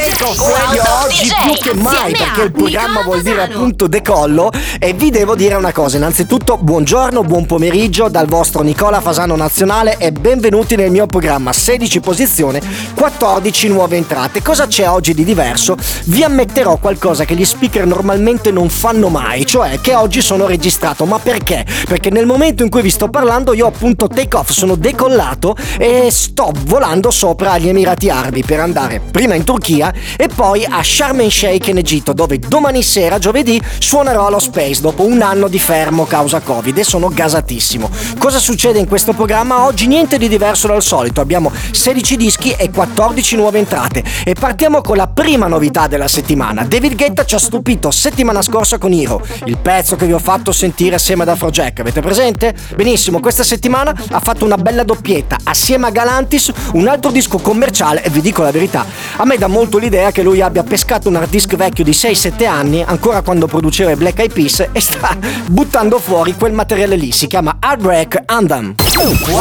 Take Off Radio oggi più che mai, perché il programma vuol dire appunto decollo. E vi devo dire una cosa: innanzitutto buongiorno, buon pomeriggio dal vostro Nicola Fasano nazionale e benvenuti nel mio programma. 16 posizione, 14 nuove entrate. Cosa c'è oggi di diverso? Vi ammetterò qualcosa che gli speaker normalmente non fanno mai, cioè che oggi sono registrato. Ma perché? Perché nel momento in cui vi sto parlando io appunto take off, sono decollato e sto volando sopra gli Emirati Arabi per andare prima in Turchia e poi a Sharm el Sheikh in Egitto, dove domani sera, giovedì, suonerò allo Space dopo un anno di fermo causa Covid e sono gasatissimo. Cosa succede in questo programma? Oggi niente di diverso dal solito, abbiamo 16 dischi e 14 nuove entrate e partiamo con la prima novità della settimana. David Guetta ci ha stupito settimana scorsa con Hero, il pezzo che vi ho fatto sentire assieme ad Afrojack, avete presente? Benissimo, questa settimana ha fatto una bella doppietta assieme a Galantis, un altro disco commerciale, e vi dico la verità, a me dà molto l'idea che lui abbia pescato un hard disk vecchio di 6-7 anni, ancora quando produceva i Black Eyed Peas, e sta buttando fuori quel materiale lì. Si chiama Heartbreak Anthem. Wow!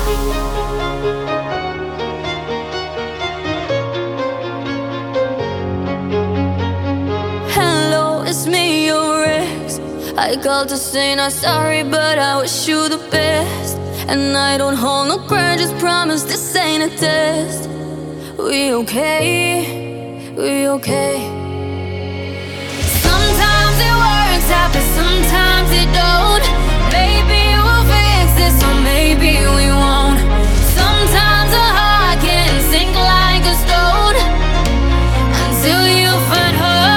Hello, it's me, your ex. I called to say not sorry, but I wish you the best. And I don't hold no grudges, promise this ain't a test. We okay, we okay. Sometimes it works out, but sometimes it don't. Maybe we'll fix this, or maybe we won't. Sometimes a heart can sink like a stone until you find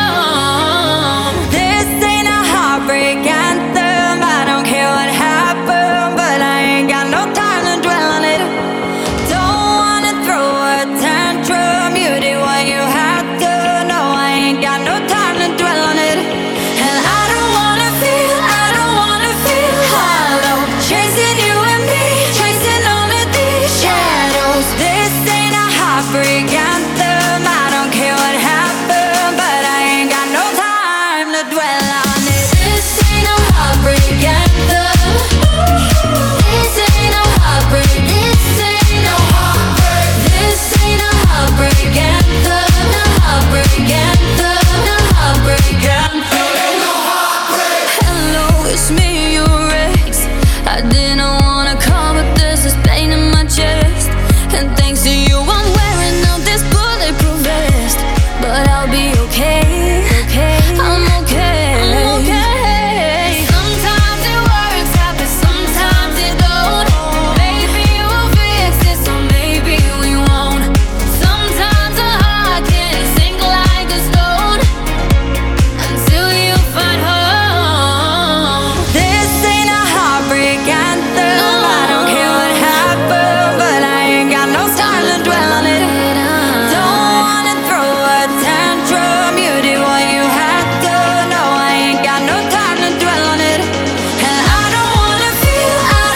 home. This ain't a heartbreak anthem. I don't care what happened, but I ain't got no time to dwell on it. Don't wanna throw a tantrum. You did what you had to. No, I ain't got no time to dwell on it. And I don't wanna feel hollow, chasing you and me, chasing all of these shadows. This ain't a heartbreak anthem. I don't care what happened, but I ain't got no time to dwell on it. This ain't no heartbreak anthem. This ain't no heartbreak. This ain't no heartbreak. This ain't no heartbreak anthem. No heartbreak anthem. No heartbreak anthem. Hello, it's me, your ex. I didn't wanna call, but there's this pain in my chest. And thanks to you, I'm wearing out this bulletproof vest. But I'll be okay, okay. I'm okay, I'm okay. Sometimes it works out, but sometimes it don't. Maybe we'll fix this, or maybe we won't. Sometimes a heart can sink like a stone until you find home. This ain't a heartbreak anthem. I don't care what happened, but I ain't got no time to dwell on it. Don't wanna throw a tantrum. You did what you had to. No, I ain't got no time to dwell on it. And I don't wanna feel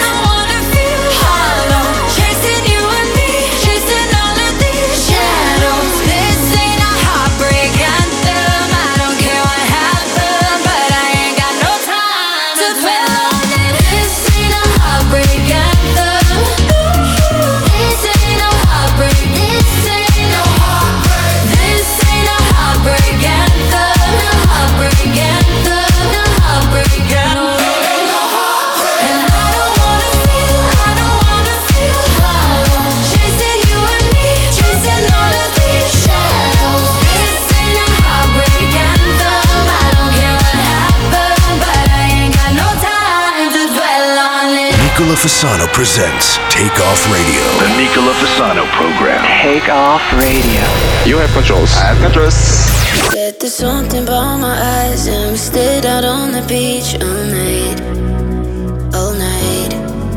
hollow, chasing you and me, chasing all of these shadows. This ain't a heartbreak anthem. I don't care what happened, but I ain't got no time to dwell on it. This ain't a heartbreak anthem. This ain't no heartbreak. This ain't no heartbreak. This ain't a heartbreak anthem. No heartbreak anthem. No heartbreak anthem. And I don't wanna feel hollow, chasing you and me, chasing all of these shadows. This ain't a heartbreak anthem. I don't care what happened, but I ain't got no time to dwell on it. Nicola Fasano presents Take Off Radio. The Nicola Fasano program. Take Off Radio. You have controls. I have controls. Said there's something about my eyes, and we stayed out on the beach all night, all night.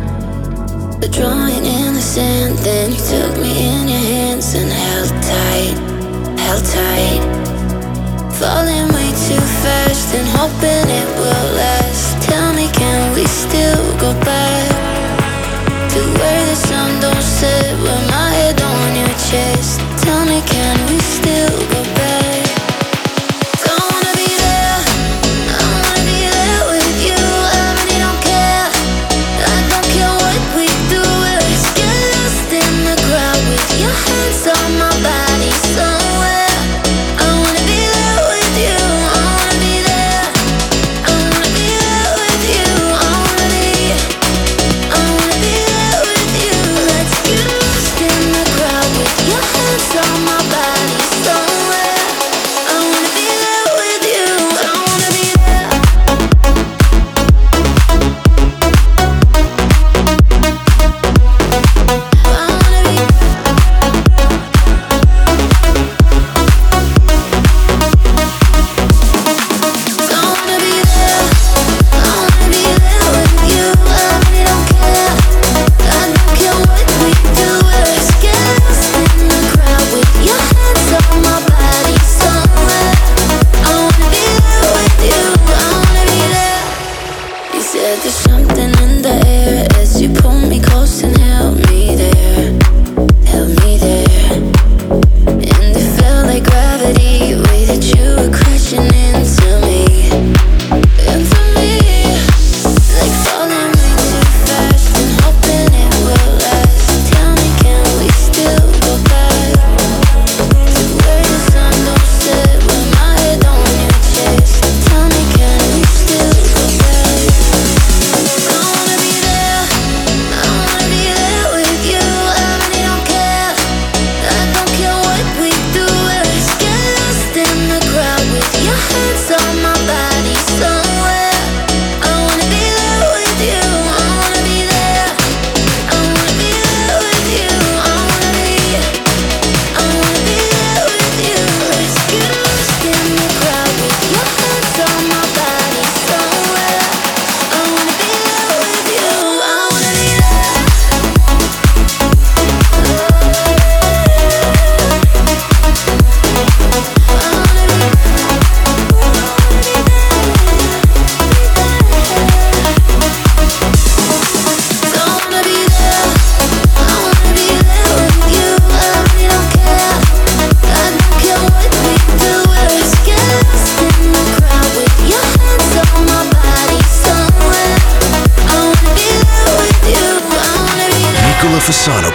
The drawing in the sand, then you took me in your hands and held tight, held tight. Falling way too fast and hoping it will last. Tell me, can we still go back to where the sun don't set, with my head on your chest? Tell me, can we still go back? Don't wanna be there, I wanna be there with you. I really don't care, I don't care what we do. Let's get lost in the crowd with your hands on my body somewhere.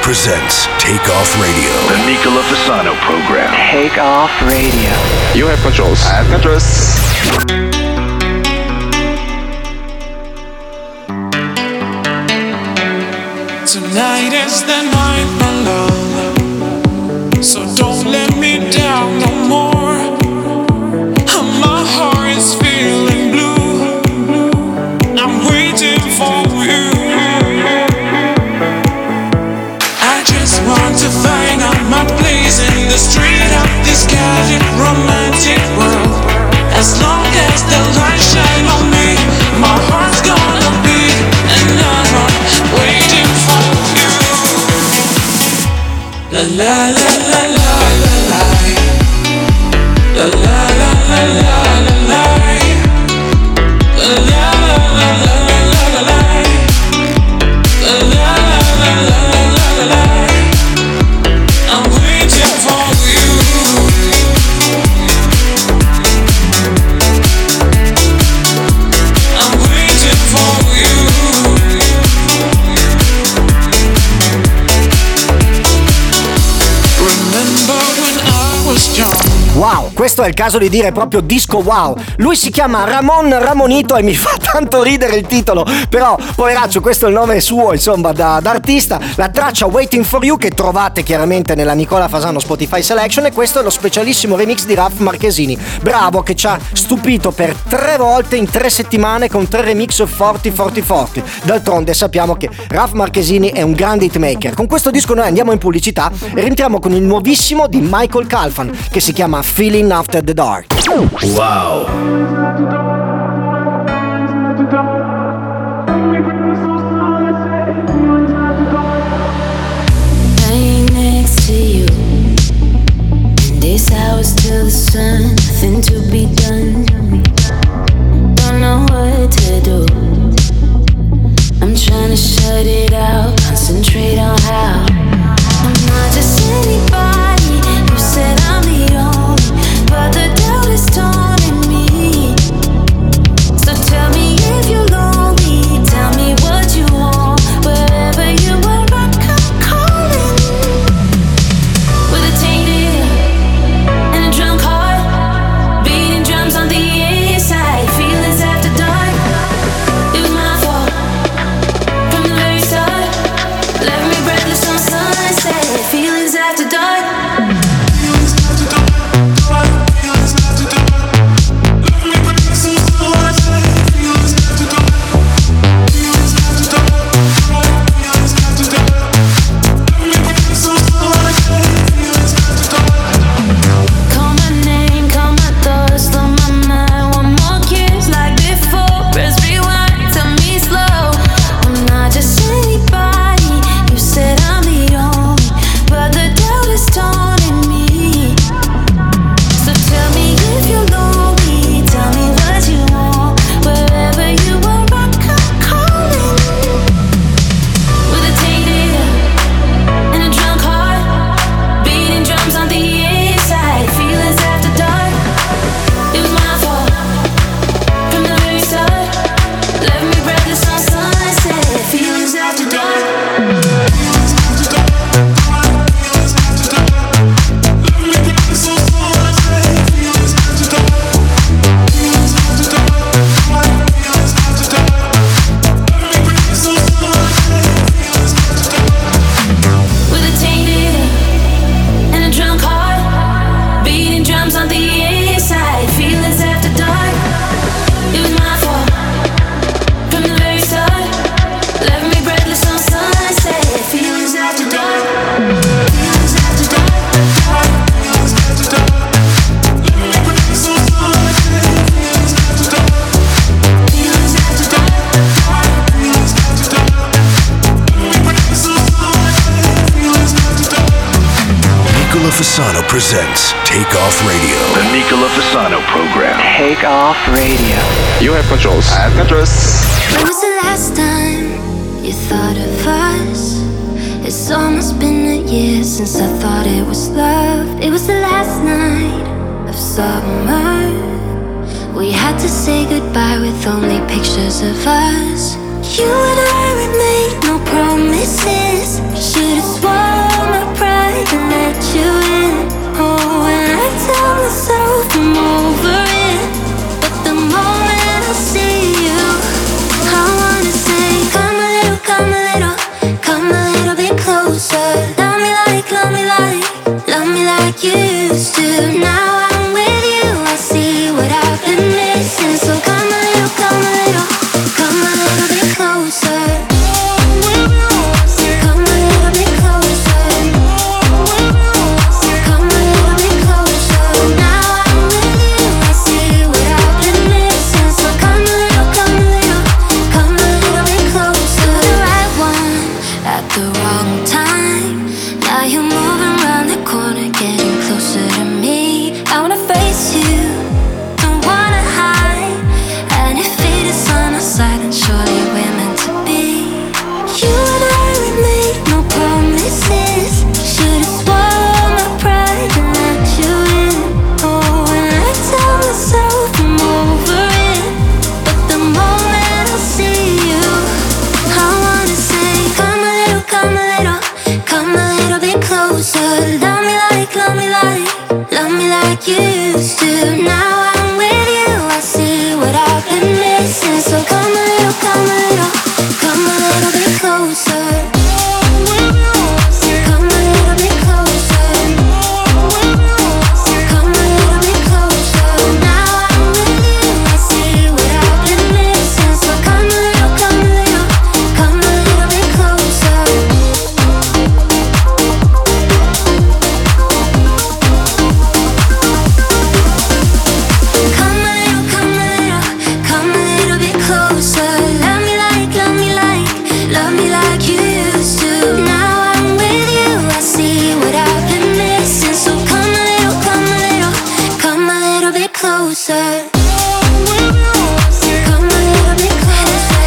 presents Take Off Radio. The Nicola Fasano program. Take Off Radio. You have controls. I have controls. Tonight is the night, my love, so don't let me down no more. My heart is feeling blue, I'm waiting for you. I just want to find out my place in the street of this chaotic romantic world. As long as the light shine on me, my heart's gonna beat, and I'm waiting for you. La la la la la la la. La la la la la la la. La la la la la la la. La la la la la la la. I'm waiting for you. I'm waiting for you. Remember when I was young. Wow, questo è il caso di dire proprio disco wow. Lui si chiama Ramon Ramonito e mi fa tanto ridere il titolo, però poveraccio, questo è il nome suo, insomma, da artista. La traccia Waiting for You che trovate chiaramente nella Nicola Fasano Spotify Selection, e questo è lo specialissimo remix di Raf Marchesini. Bravo, che ci ha stupito per 3 volte in 3 settimane con 3 remix forti. D'altronde sappiamo che Raf Marchesini è un grande hitmaker. Con questo disco noi andiamo in pubblicità e rientriamo con il nuovissimo di Michael Calfan che si chiama Feeling After the Dark. Wow. Laying next to you in these hours till the sun, nothing to be done. Don't know what to do. I'm trying to shut it out, concentrate on how I'm not just anybody who said I'm the only, but the doubt is taunting me. So tell me if you're lonely, tell me what you want. Wherever you are, I come calling. With a tainted and a drunk heart, beating drums on the inside, feelings after dark. It was my fault from the very start. Left me breathless on sunset, feelings after dark. Call my name, call my thoughts, slow my mind. One more kiss like before. Press rewind, tell me slow. I'm not just anybody. You said I'm the only, but the doubt is taunting me. So tell me if you're lonely, tell me what you want. Wherever you are, I come calling. With a tainted and a drunk heart, beating drums on the inside, feelings after dark. It was my fault from the very start. Left me breathless on sunset, feelings after dark. With a tainted and a drunk heart, beating drums on the inside, feelings after dark. It was my fault from the very start. Left me breathless on sunset, feelings after dark. Feelings after dark. Feelings after dark. Feelings after dark. Nicola Fasano presents Take Off Radio. The Nicola Fasano program. Take Off Radio. You have controls. I have controls. When was the last time you thought of us? It's almost been a year since I thought it was love. It was the last night of summer. We had to say goodbye with only pictures of us. You and I we made no promises. Should've swallowed my pride and let you in. Oh, and I tell myself I'm over it, but the moment I see you, I wanna say, come a little, come a little, come a little bit closer. Love me like, love me like, love me like you used to. Now I'm with you, I see what I've been missing. So come a little, come a little, come a little bit closer. Come a little bit closer. Come a little bit closer. Now I'm with you, I see what I've been missing. So come a little, come a little, come a little bit closer. The right one at the wrong time. Now you're moving around the corner, getting closer to me. I wanna face you, don't wanna hide. And if it is on our side, then surely we're meant to be. You and I, we made no promises. Should've swallowed my pride and let you in. Oh, and I tell myself I'm over it, but the moment I see you, I wanna say, come a little, come a little, come a little bit closer. Love me like, love me like, love me like you used to. Now I'm with you, I see what I've been missing. So come a little, come a little, come a little bit closer. Come a little bit closer. Come a little bit closer. Now I'm with you, I see what I've been missing. So come a little, come a little, come a little bit closer. Come a little, come a little, come a little bit closer. Love me like, love me like, love me like you used to. Now I'm with you, I see what I've been missing. So come a little, come a little, come a little bit closer. Come a little bit closer.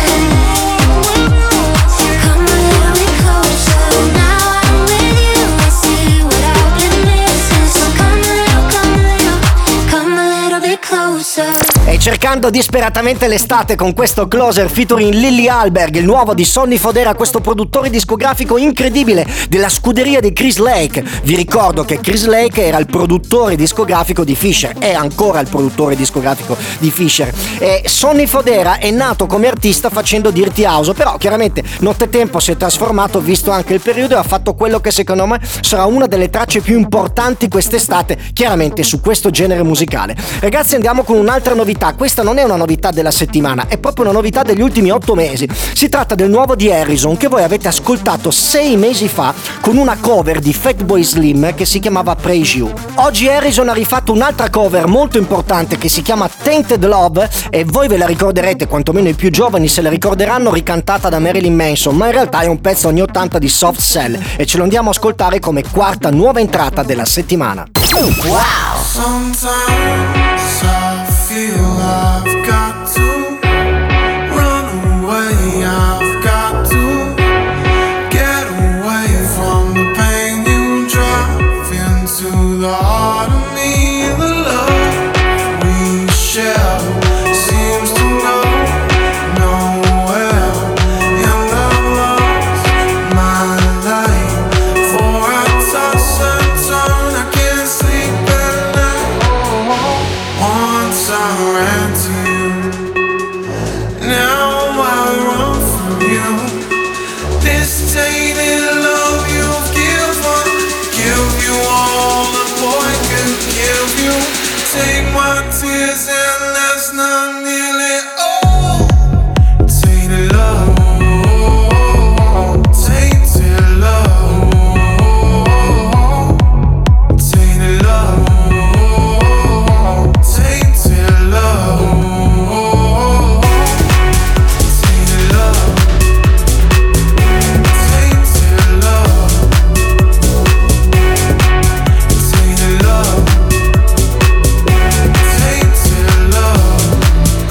Come a little bit closer. Now I'm with you, I see what I've been missing. So come a little, come a little, come a little bit closer. E cercando disperatamente l'estate con questo Closer featuring Lily Alberg, il nuovo di Sonny Fodera, questo produttore discografico incredibile della scuderia di Chris Lake. Vi ricordo che Chris Lake era il produttore discografico di Fisher, è ancora il produttore discografico di Fisher. E Sonny Fodera è nato come artista facendo Dirty House, però chiaramente Nottetempo si è trasformato, visto anche il periodo, e ha fatto quello che secondo me sarà una delle tracce più importanti quest'estate, chiaramente su questo genere musicale. Ragazzi, andiamo con un'altra novità. Questa non è una novità della settimana, è proprio una novità degli ultimi 8 mesi. Si tratta del nuovo di Harrison, che voi avete ascoltato 6 mesi fa con una cover di Fatboy Slim che si chiamava Praise You. Oggi Harrison ha rifatto un'altra cover molto importante che si chiama Tainted Love, e voi ve la ricorderete, quantomeno i più giovani se la ricorderanno, ricantata da Marilyn Manson, ma in realtà è un pezzo anni 80 di Soft Cell, e ce lo andiamo a ascoltare come quarta nuova entrata della settimana. Wow! Sometimes I feel I've got to run away, I've got to get away from the pain you drive into the heart of me. The love we share seems to go nowhere, and I've lost my life for a toss and turn. I can't sleep at night. Once I ran to you, now I run from you. This tainted love you've given, give you all a boy can give you. Take my tears and that's not nearly all. Tainted love, tainted love, tainted love, tainted love, tainted love, tainted love, tainted love, tainted love.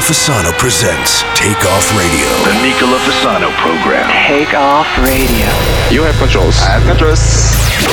Fasano presents Take Off Radio. The Nicola Fasano program. Take Off Radio. You have controls. I have controls.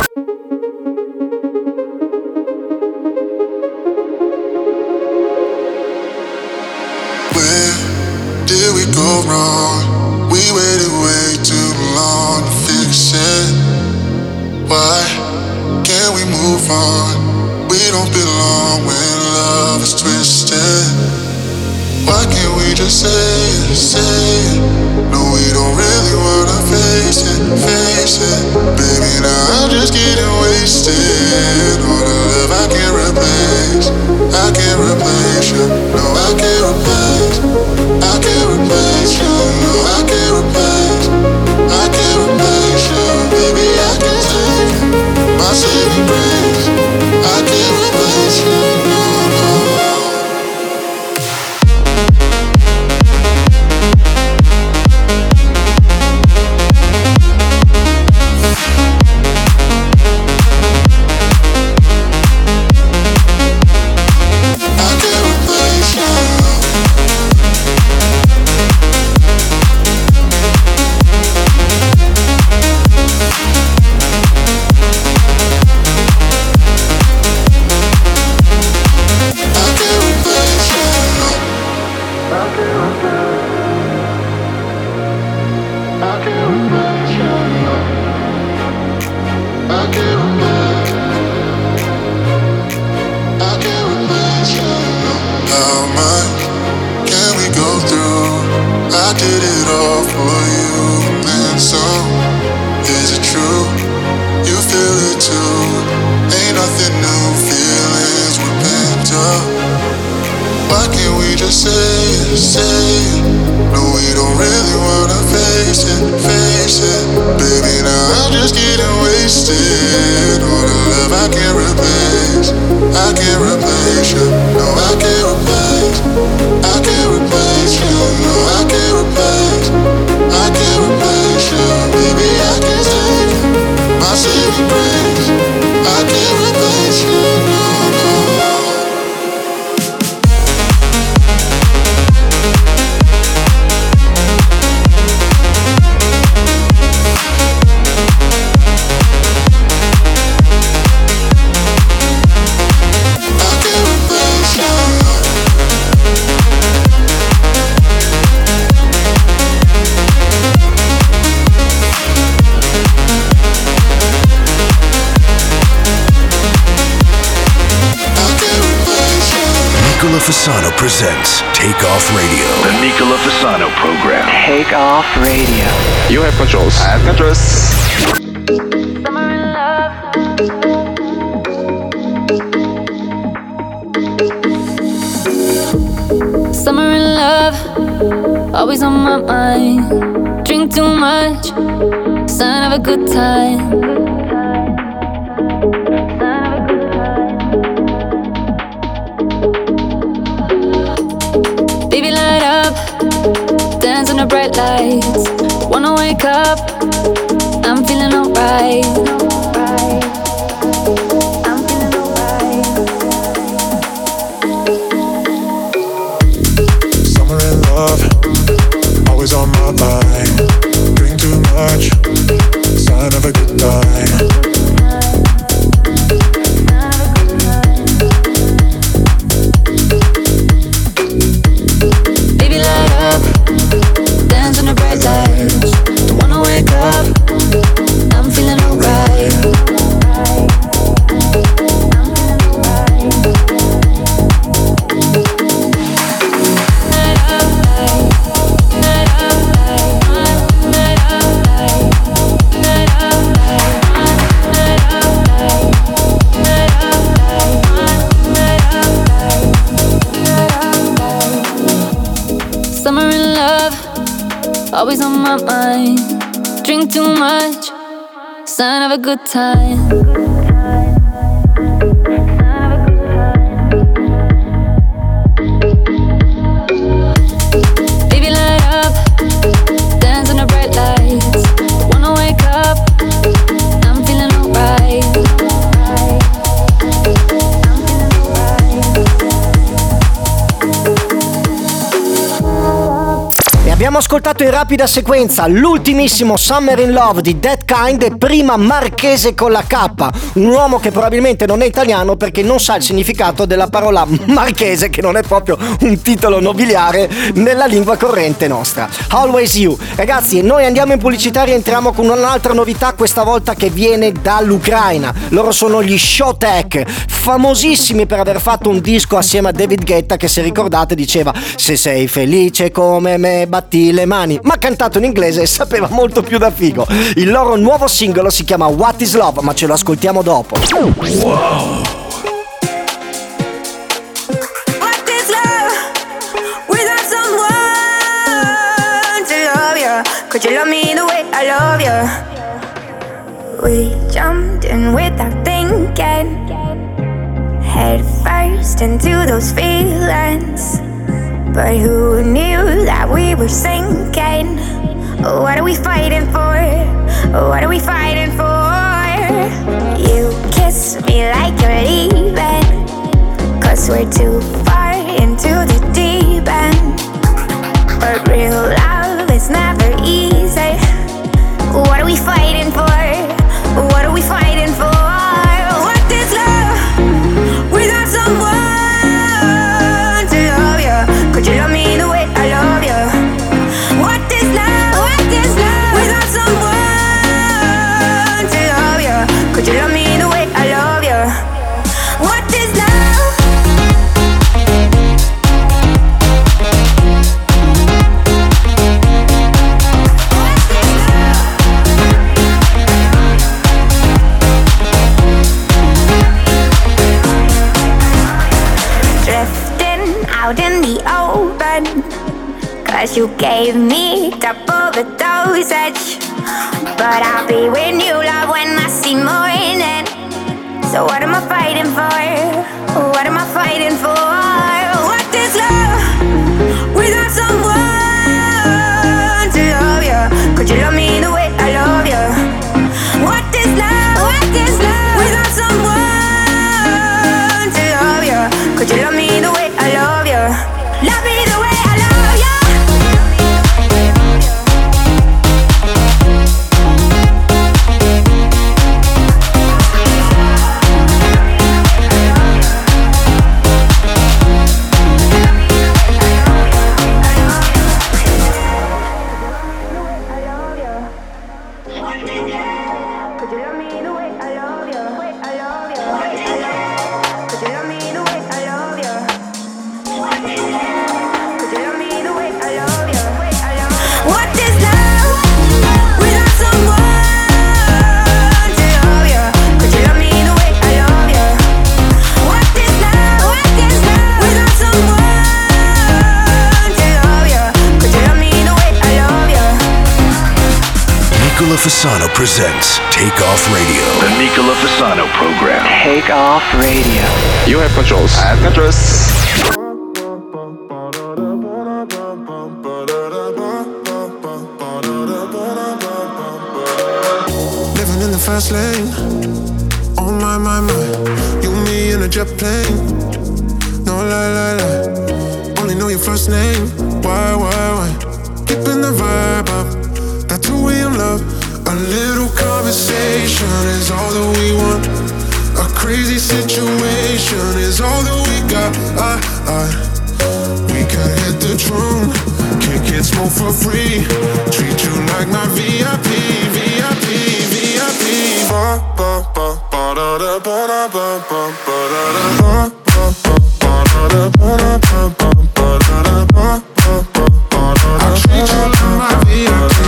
Where did we go wrong? We waited way too long to fix it. Why can't we move on? We don't belong when love is twisted. Why can't we just say it? No, we don't really wanna face it. Baby, now I'm just getting wasted on a love I can't replace. I can't replace you. No, I can't replace. I can't replace you. No, I can't replace. I can't replace you. Baby, I can take my saving grace. I can't replace you. No, no, no. How much can we go through? I did it all for you, and then some. Is it true? You feel it too. Ain't nothing new, feelings were pent up. Why can't we just say it? No, we don't really wanna face it. Baby, now I'm just getting wasted on a love I can't replace. I can't replace you. No, I can't replace. I can't replace you. No, I can't replace. I can't replace you. Baby, I can take my saving grace. I can't replace you. No, no, no. Nicola Fasano presents Take Off Radio. The Nicola Fasano program. Take Off Radio. You have controls. I have controls. Summer in love. Summer in love, always on my mind. Drink too much, sign of a good time. Baby, light up, dance in the bright lights. Wanna wake up, I'm feeling alright. Summer in love, always on my mind. Drink too much, sign of a good time. Baby, light up, dance in the bright lights. Don't wanna wake up, I'm feeling alright. Summer in love, always on my mind. Drink too much, sign of a good time. Baby, light up, dance in the bright lights. Wanna wake up, I'm feeling alright. Abbiamo ascoltato in rapida sequenza l'ultimissimo Summer in Love di Dead Kind e prima Marchese con la K, un uomo che probabilmente non è italiano perché non sa il significato della parola marchese, che non è proprio un titolo nobiliare nella lingua corrente nostra. Always You. Ragazzi, noi andiamo in pubblicità e rientriamo con un'altra novità, questa volta che viene dall'Ucraina. Loro sono gli Showtek, famosissimi per aver fatto un disco assieme a David Guetta che, se ricordate, diceva "se sei felice come me batti le mani", ma cantato in inglese e sapeva molto più da figo. Il loro nuovo singolo si chiama What is Love, ma ce lo ascoltiamo dopo. Wow. Could you love me the way I love you? We jumped in without thinking, head first into those feelings. But who knew that we were sinking? What are we fighting for? What are we fighting for? You kiss me like you're leaving, 'cause we're too far into the deep end. But real love is never easy. What are we fighting for? What are we fighting for? What is love without someone to love you? Could you love me the way I love you? What is love? What is love without someone to love you? Could you love me the way I love you? What is love? Out in the open, 'cause you gave me double the dosage. But I'll be with you, love, when I see morning. So what am I fighting for? What am I fighting for? What is love without someone to love you? Could you love me the way I love you? What is love? What is love without someone to love you? Could you love me the way I love you? Love me the way I love you. Nicola Fasano presents Take Off Radio. The Nicola Fasano program. Take Off Radio. You have controls. I have controls. Living in the fast lane. Oh my, my, my. You, me in a jet plane. No lie, lie, lie. Only know your first name. Why? Keeping the vibe up. That 2 a.m. love. A little conversation is all that we want. A crazy situation is all that we got. We could hit the drum, kick it, smoke for free. Treat you like my VIP, VIP, VIP. Ba ba ba ba da da ba da ba ba ba da da ba ba ba da da ba da ba ba ba da da ba ba ba da da. I treat you like my VIP.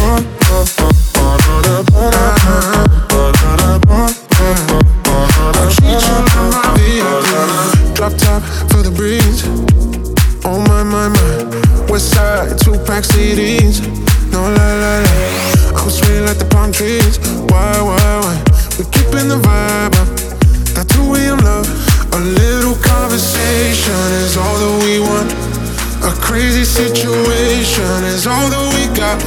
Drop top for the breeze. Oh my, my, my. West side, 2-pack CDs. No lie, lie, lie. I'm sweet like the palm trees. Why? We keeping the vibe up. That 2 a.m. love. A little conversation is all that we want. A crazy situation is all that we got.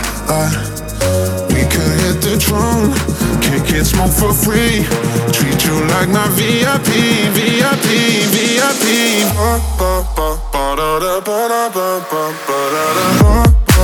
We could hit the drum, kick it, smoke for free. Treat you like my VIP, VIP, VIP. Ba ba ba ba da da ba da ba ba ba da da ba ba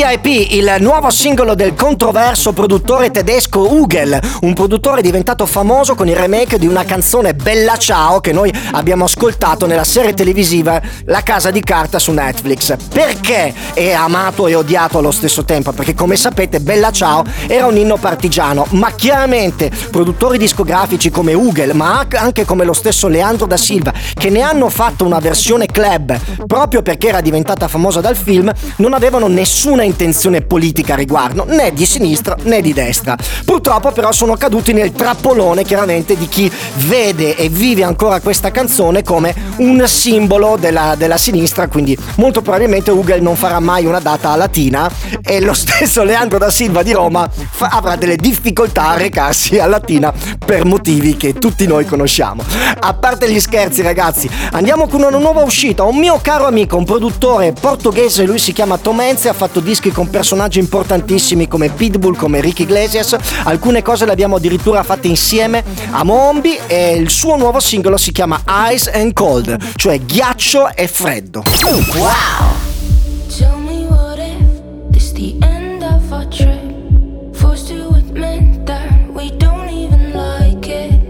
VIP, il nuovo singolo del controverso produttore tedesco Ugel, un produttore diventato famoso con il remake di una canzone Bella Ciao che noi abbiamo ascoltato nella serie televisiva La Casa di Carta su Netflix. Perché è amato e odiato allo stesso tempo? Perché come sapete Bella Ciao era un inno partigiano, ma chiaramente produttori discografici come Ugel, ma anche come lo stesso Leandro da Silva, che ne hanno fatto una versione club proprio perché era diventata famosa dal film, non avevano nessuna intenzione politica a riguardo, né di sinistra né di destra. Purtroppo però sono caduti nel trappolone chiaramente di chi vede e vive ancora questa canzone come un simbolo della sinistra, quindi molto probabilmente Ugel non farà mai una data a Latina e lo stesso Leandro da Silva di Roma avrà delle difficoltà a recarsi a Latina per motivi che tutti noi conosciamo. A parte gli scherzi ragazzi, andiamo con una nuova uscita. Un mio caro amico, un produttore portoghese, lui si chiama Tom Enzi, ha fatto dischi con personaggi importantissimi come Pitbull, come Ricky Iglesias, alcune cose le abbiamo addirittura fatte insieme a Moombi e il suo nuovo singolo si chiama Ice and Cold, cioè ghiaccio e freddo. Wow! Tell me what if this the end of our trip? Forced to admit that we don't even like it.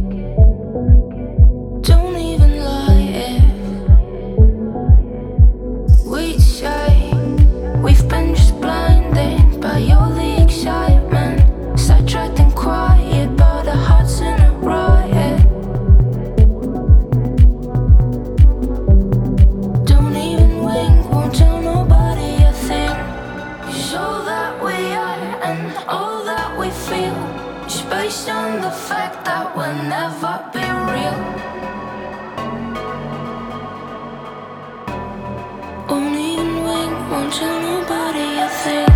Don't even lie if we'd say we've been just blinded by all the excitement, sidetracked and quiet, but our hearts in a riot. Don't even wink, won't tell nobody a thing. It's all that we are and all that we feel is based on the fact that we'll never be real. Won't even wink, won't tell nobody a thing.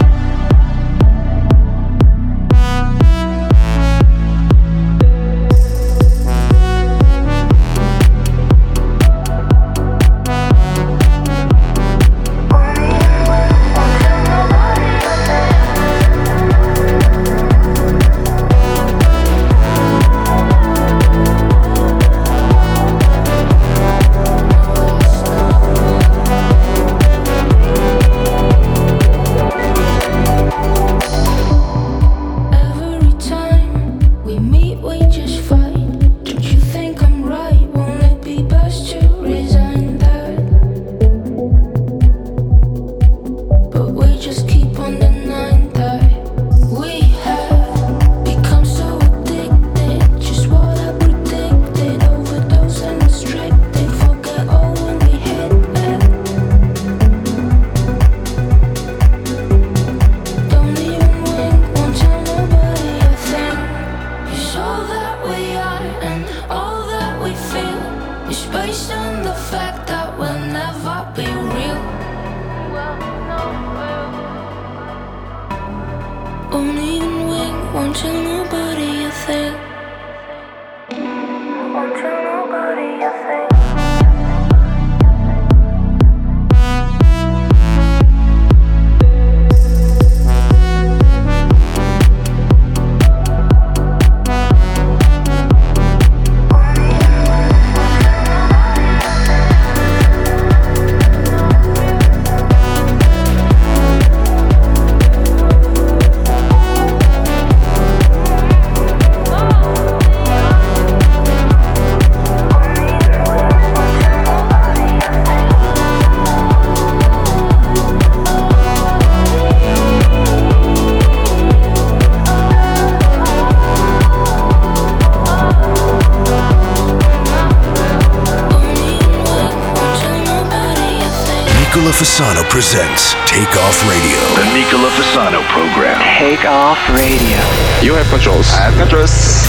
Nicola Fasano presents Take Off Radio. The Nicola Fasano program. Take Off Radio. You have controls. I have controls.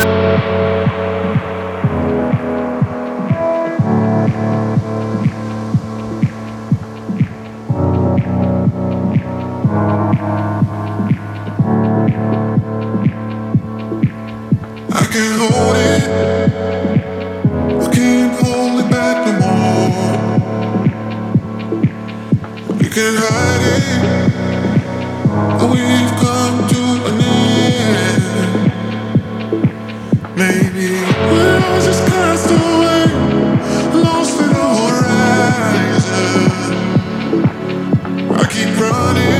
I can't hold it. I can't hold it back no more. We can't hide it. We've come to an end. Maybe we're all just cast away, lost in the horizon. I keep running.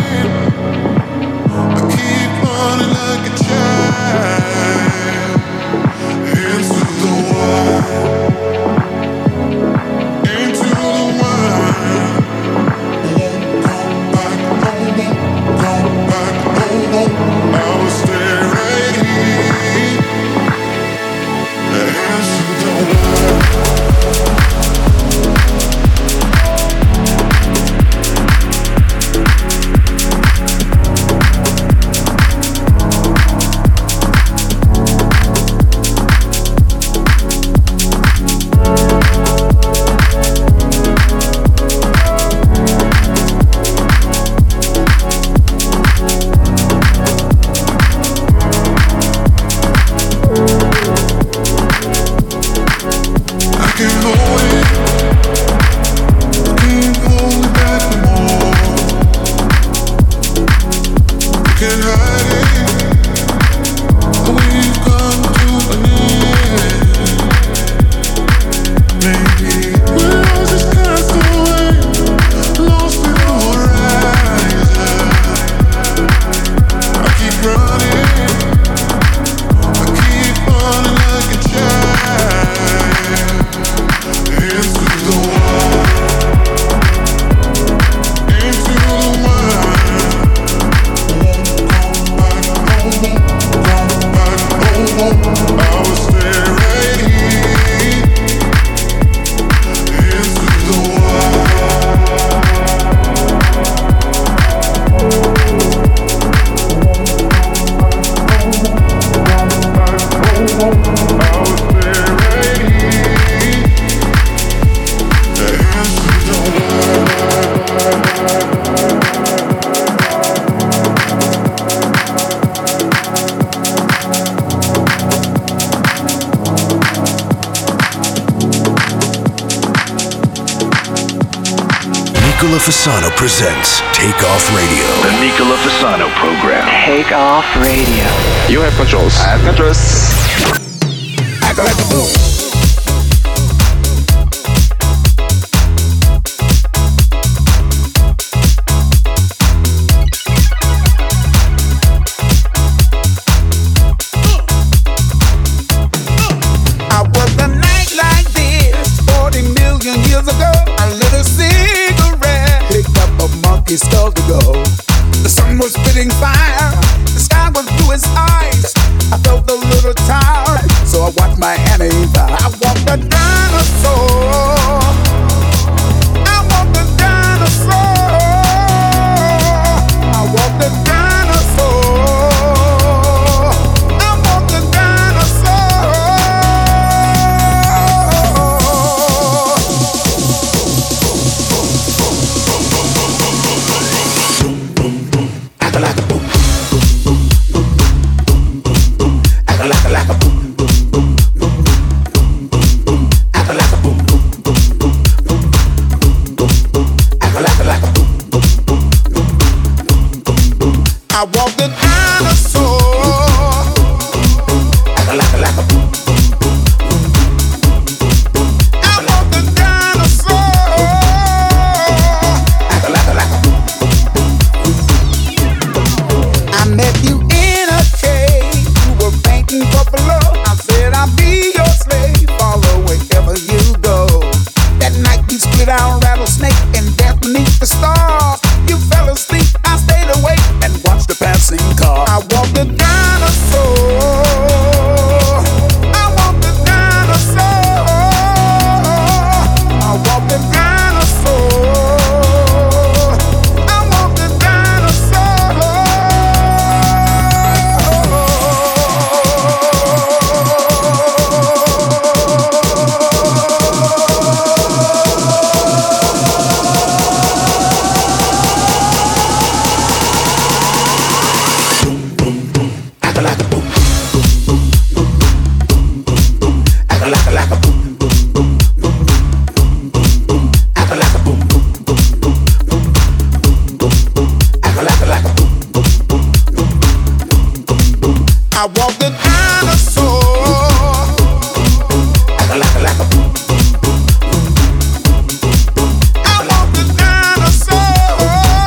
can't hide it. We've come to an end. Maybe we're all just castaways, lost in the horizon. I keep running, like a child into the wild, into the wild. Won't come back no more. I will stay right here into the Nicola Fasano presents Take Off Radio. The Nicola Fasano program. Take Off Radio. You have controls. I have controls. act like a fool. Skull to go. The sun was spitting fire, the sky was blue as ice. I felt a little tired, so I watched my enemy fly. I walked a dinosaur. I walked a dinosaur. I walked a dinosaur. I walked a dinosaur. I walked the dinosaur. Like a boom, boom, boom, boom, boom. I walked the dinosaur. Like a boom, boom, boom. I met you in a cave. You were painting buffalo. I said I'll be your slave. Follow wherever you go. That night we split our rattlesnake and danced beneath the stars. You fell asleep. I stayed awake and watched the passing car. I walked the dinosaur. I walked the dinosaur. I walked the dinosaur. I walked the I walked the dinosaur. Like a boom, boom, boom, boom. I walked the dinosaur.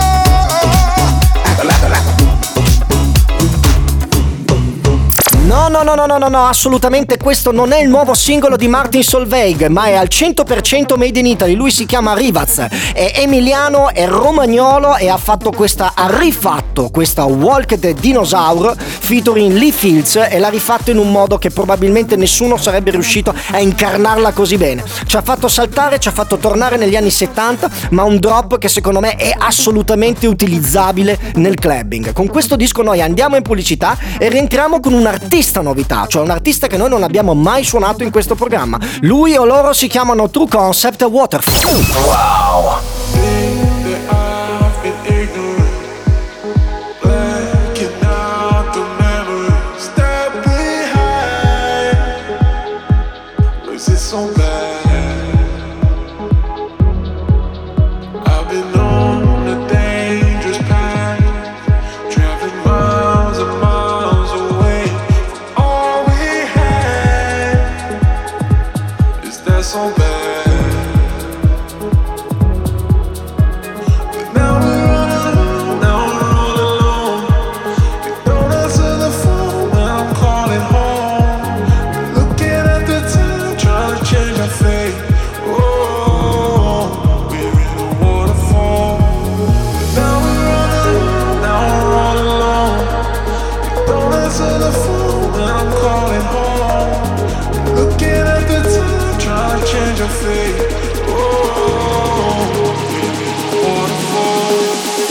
No, assolutamente questo non è il nuovo singolo di Martin Solveig, ma è al 100% made in Italy. Lui si chiama Rivaz, è emiliano, è romagnolo e ha rifatto questa Walk the Dinosaur featuring Lee Fields e l'ha rifatto in un modo che probabilmente nessuno sarebbe riuscito a incarnarla così bene. Ci ha fatto saltare, ci ha fatto tornare negli anni 70, ma un drop che secondo me è assolutamente utilizzabile nel clubbing. Con questo disco noi andiamo in pubblicità e rientriamo con un artista novità, cioè un artista che noi non abbiamo mai suonato in questo programma. Lui o loro si chiamano True Concept Waterfall. Wow. I've been on a dangerous path, traveling miles. Looking at the time, trying to change your fate. Oh, baby, waterfall.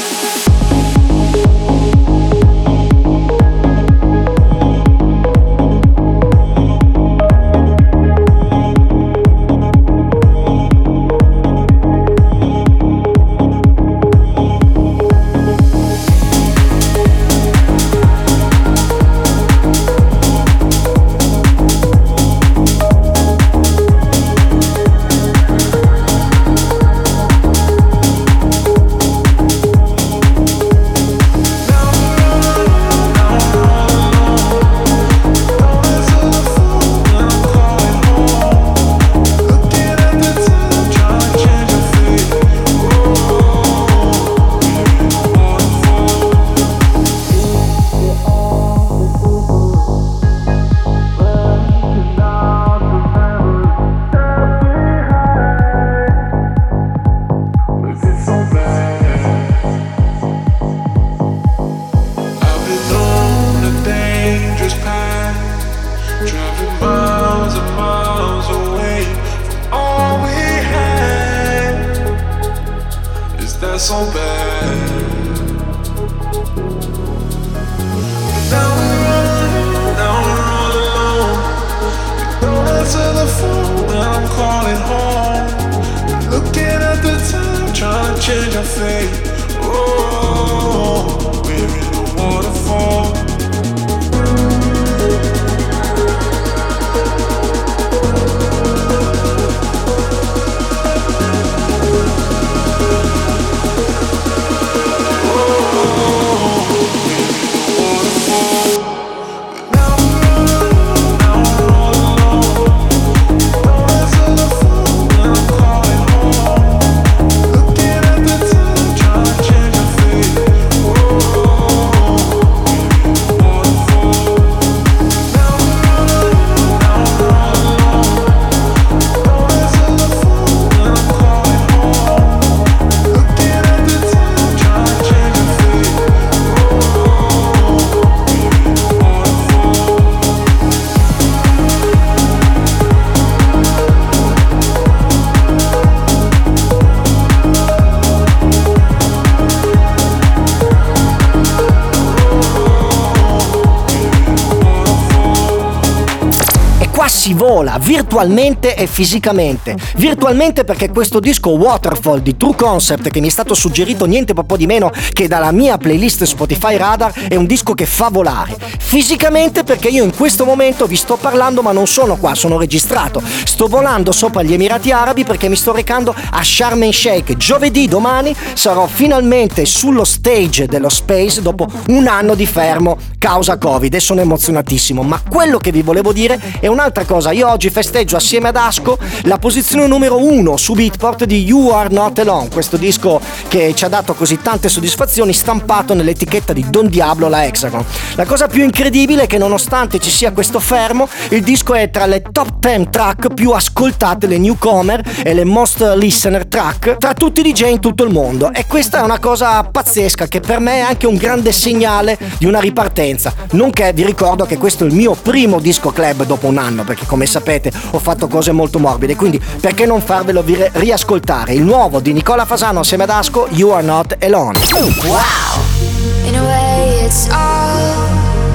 Si vola virtualmente e fisicamente. Virtualmente perché questo disco Waterfall di True Concept, che mi è stato suggerito niente po' di meno che dalla mia playlist Spotify Radar, è un disco che fa volare. Fisicamente perché io in questo momento vi sto parlando ma non sono qua, sono registrato. Sto volando sopra gli Emirati Arabi perché mi sto recando a Sharm el Sheikh. Giovedì, domani, sarò finalmente sullo stage dello Space dopo un anno di fermo causa Covid e sono emozionatissimo. Ma quello che vi volevo dire è un'altra cosa. Io oggi festeggio assieme ad Asco la posizione numero 1 su Beatport di You Are Not Alone, questo disco che ci ha dato così tante soddisfazioni, stampato nell'etichetta di Don Diablo, la Hexagon. La cosa più incredibile è che nonostante ci sia questo fermo, il disco è tra le top 10 track più ascoltate, le newcomer e le most listener track tra tutti i DJ in tutto il mondo, e questa è una cosa pazzesca che per me è anche un grande segnale di una ripartenza. Nonché vi ricordo che questo è il mio primo disco club dopo un anno, perché come sapete ho fatto cose molto morbide, quindi perché non farvelo riascoltare il nuovo di Nicola Fasano assieme ad Asco, You Are Not Alone. Wow! In a way it's all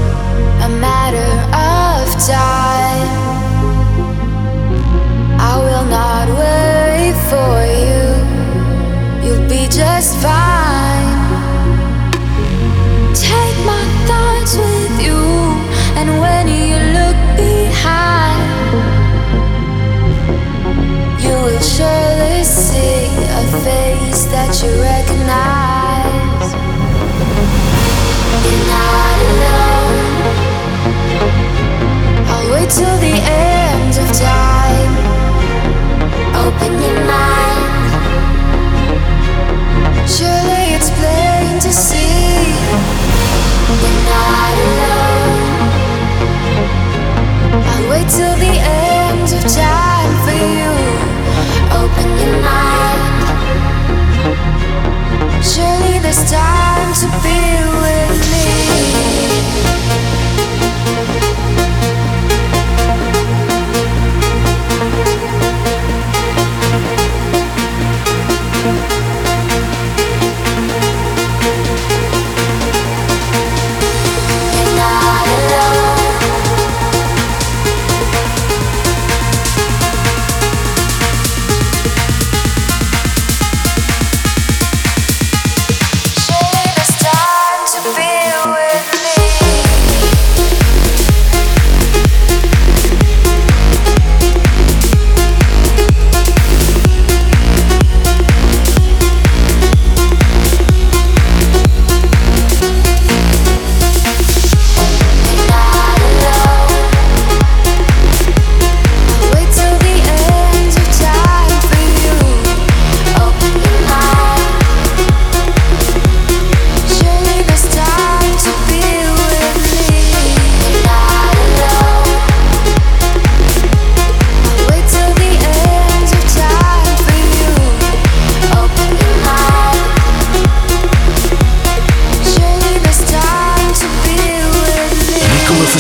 a matter of time. I will not wait for you. You'll be just fine. Take my thoughts with you, and when you look behind, you will surely see a face that you recognize. You're not alone. I'll wait till the end of time. Open your mind. Surely it's plain to see. You're not alone. I'll wait till the end of time for you. Open your mind.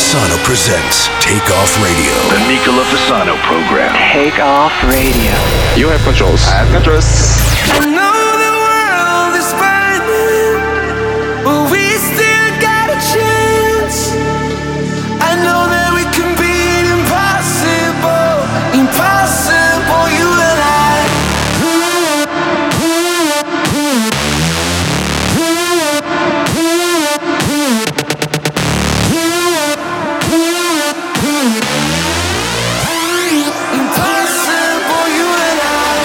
Fasano presents Take Off Radio. The Nicola Fasano program. Take Off Radio. You have controls. I have controls. I know the world is burning, but we still got a chance. I know that we can beat impossible, impossible, you and I. Impossible, you and I.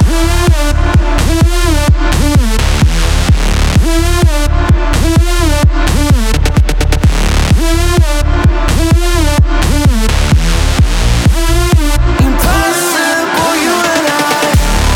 Impossible, you and I.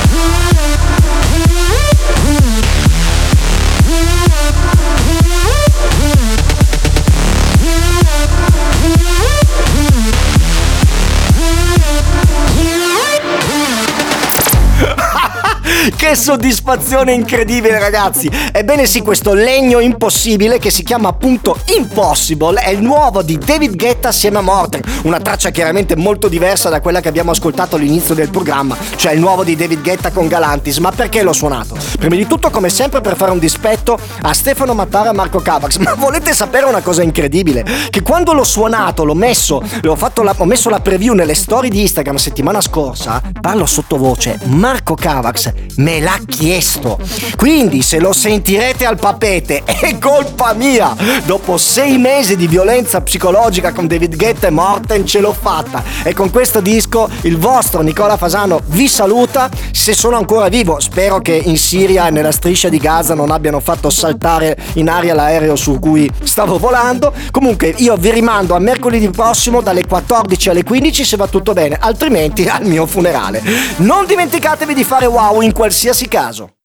Che soddisfazione incredibile, ragazzi! Ebbene sì, questo legno impossibile che si chiama appunto Impossible è il nuovo di David Guetta assieme a Morten, una traccia chiaramente molto diversa da quella che abbiamo ascoltato all'inizio del programma, cioè il nuovo di David Guetta con Galantis. Ma perché l'ho suonato? Prima di tutto, come sempre, per fare un dispetto a Stefano Mattara e Marco Cavax. Ma volete sapere una cosa incredibile? Che quando l'ho suonato, ho messo la preview nelle storie di Instagram settimana scorsa, parlo sottovoce, Marco Cavax me l'ha chiesto, quindi se lo sentirete al papete è colpa mia. Dopo 6 mesi di violenza psicologica con David Guetta e Morten ce l'ho fatta, e con questo disco il vostro Nicola Fasano vi saluta. Se sono ancora vivo, spero che in Siria e nella striscia di Gaza non abbiano fatto saltare in aria l'aereo su cui stavo volando. Comunque io vi rimando a mercoledì prossimo dalle 14 alle 15 se va tutto bene, altrimenti al mio funerale. Non dimenticatevi di fare wow in qualsiasi caso.